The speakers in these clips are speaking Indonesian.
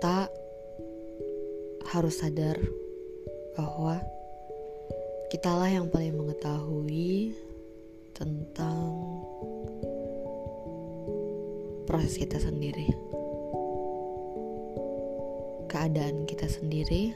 kita harus sadar bahwa kitalah yang paling mengetahui tentang proses kita sendiri, keadaan kita sendiri,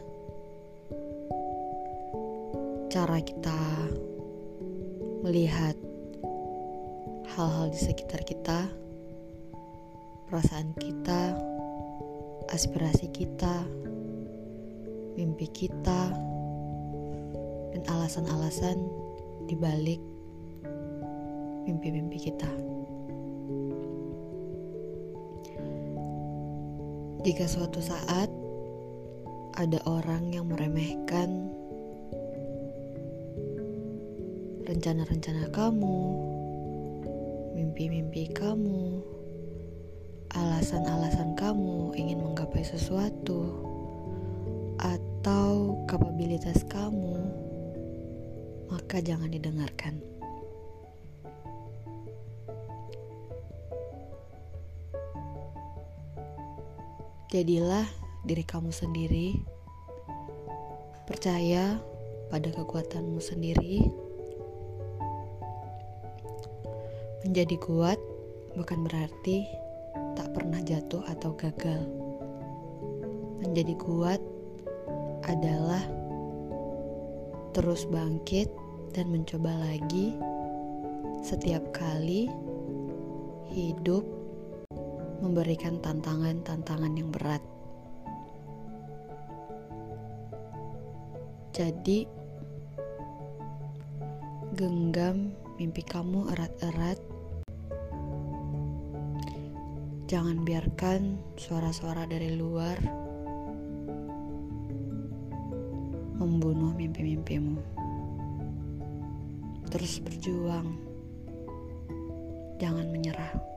cara kita melihat hal-hal di sekitar kita, perasaan kita, aspirasi kita, mimpi kita, dan alasan-alasan di balik mimpi-mimpi kita. Jika suatu saat ada orang yang meremehkan rencana-rencana kamu, mimpi-mimpi kamu, alasan-alasan kamu ingin menggapai sesuatu, atau kapabilitas kamu, maka jangan didengarkan. Jadilah diri kamu sendiri, percaya pada kekuatanmu sendiri. Menjadi kuat bukan berarti tak pernah jatuh atau gagal. Menjadi kuat adalah terus bangkit dan mencoba lagi setiap kali hidup memberikan tantangan-tantangan yang berat. Jadi, genggam mimpi kamu erat-erat. Jangan biarkan suara-suara dari luar membunuh mimpi-mimpimu. Terus berjuang, jangan menyerah.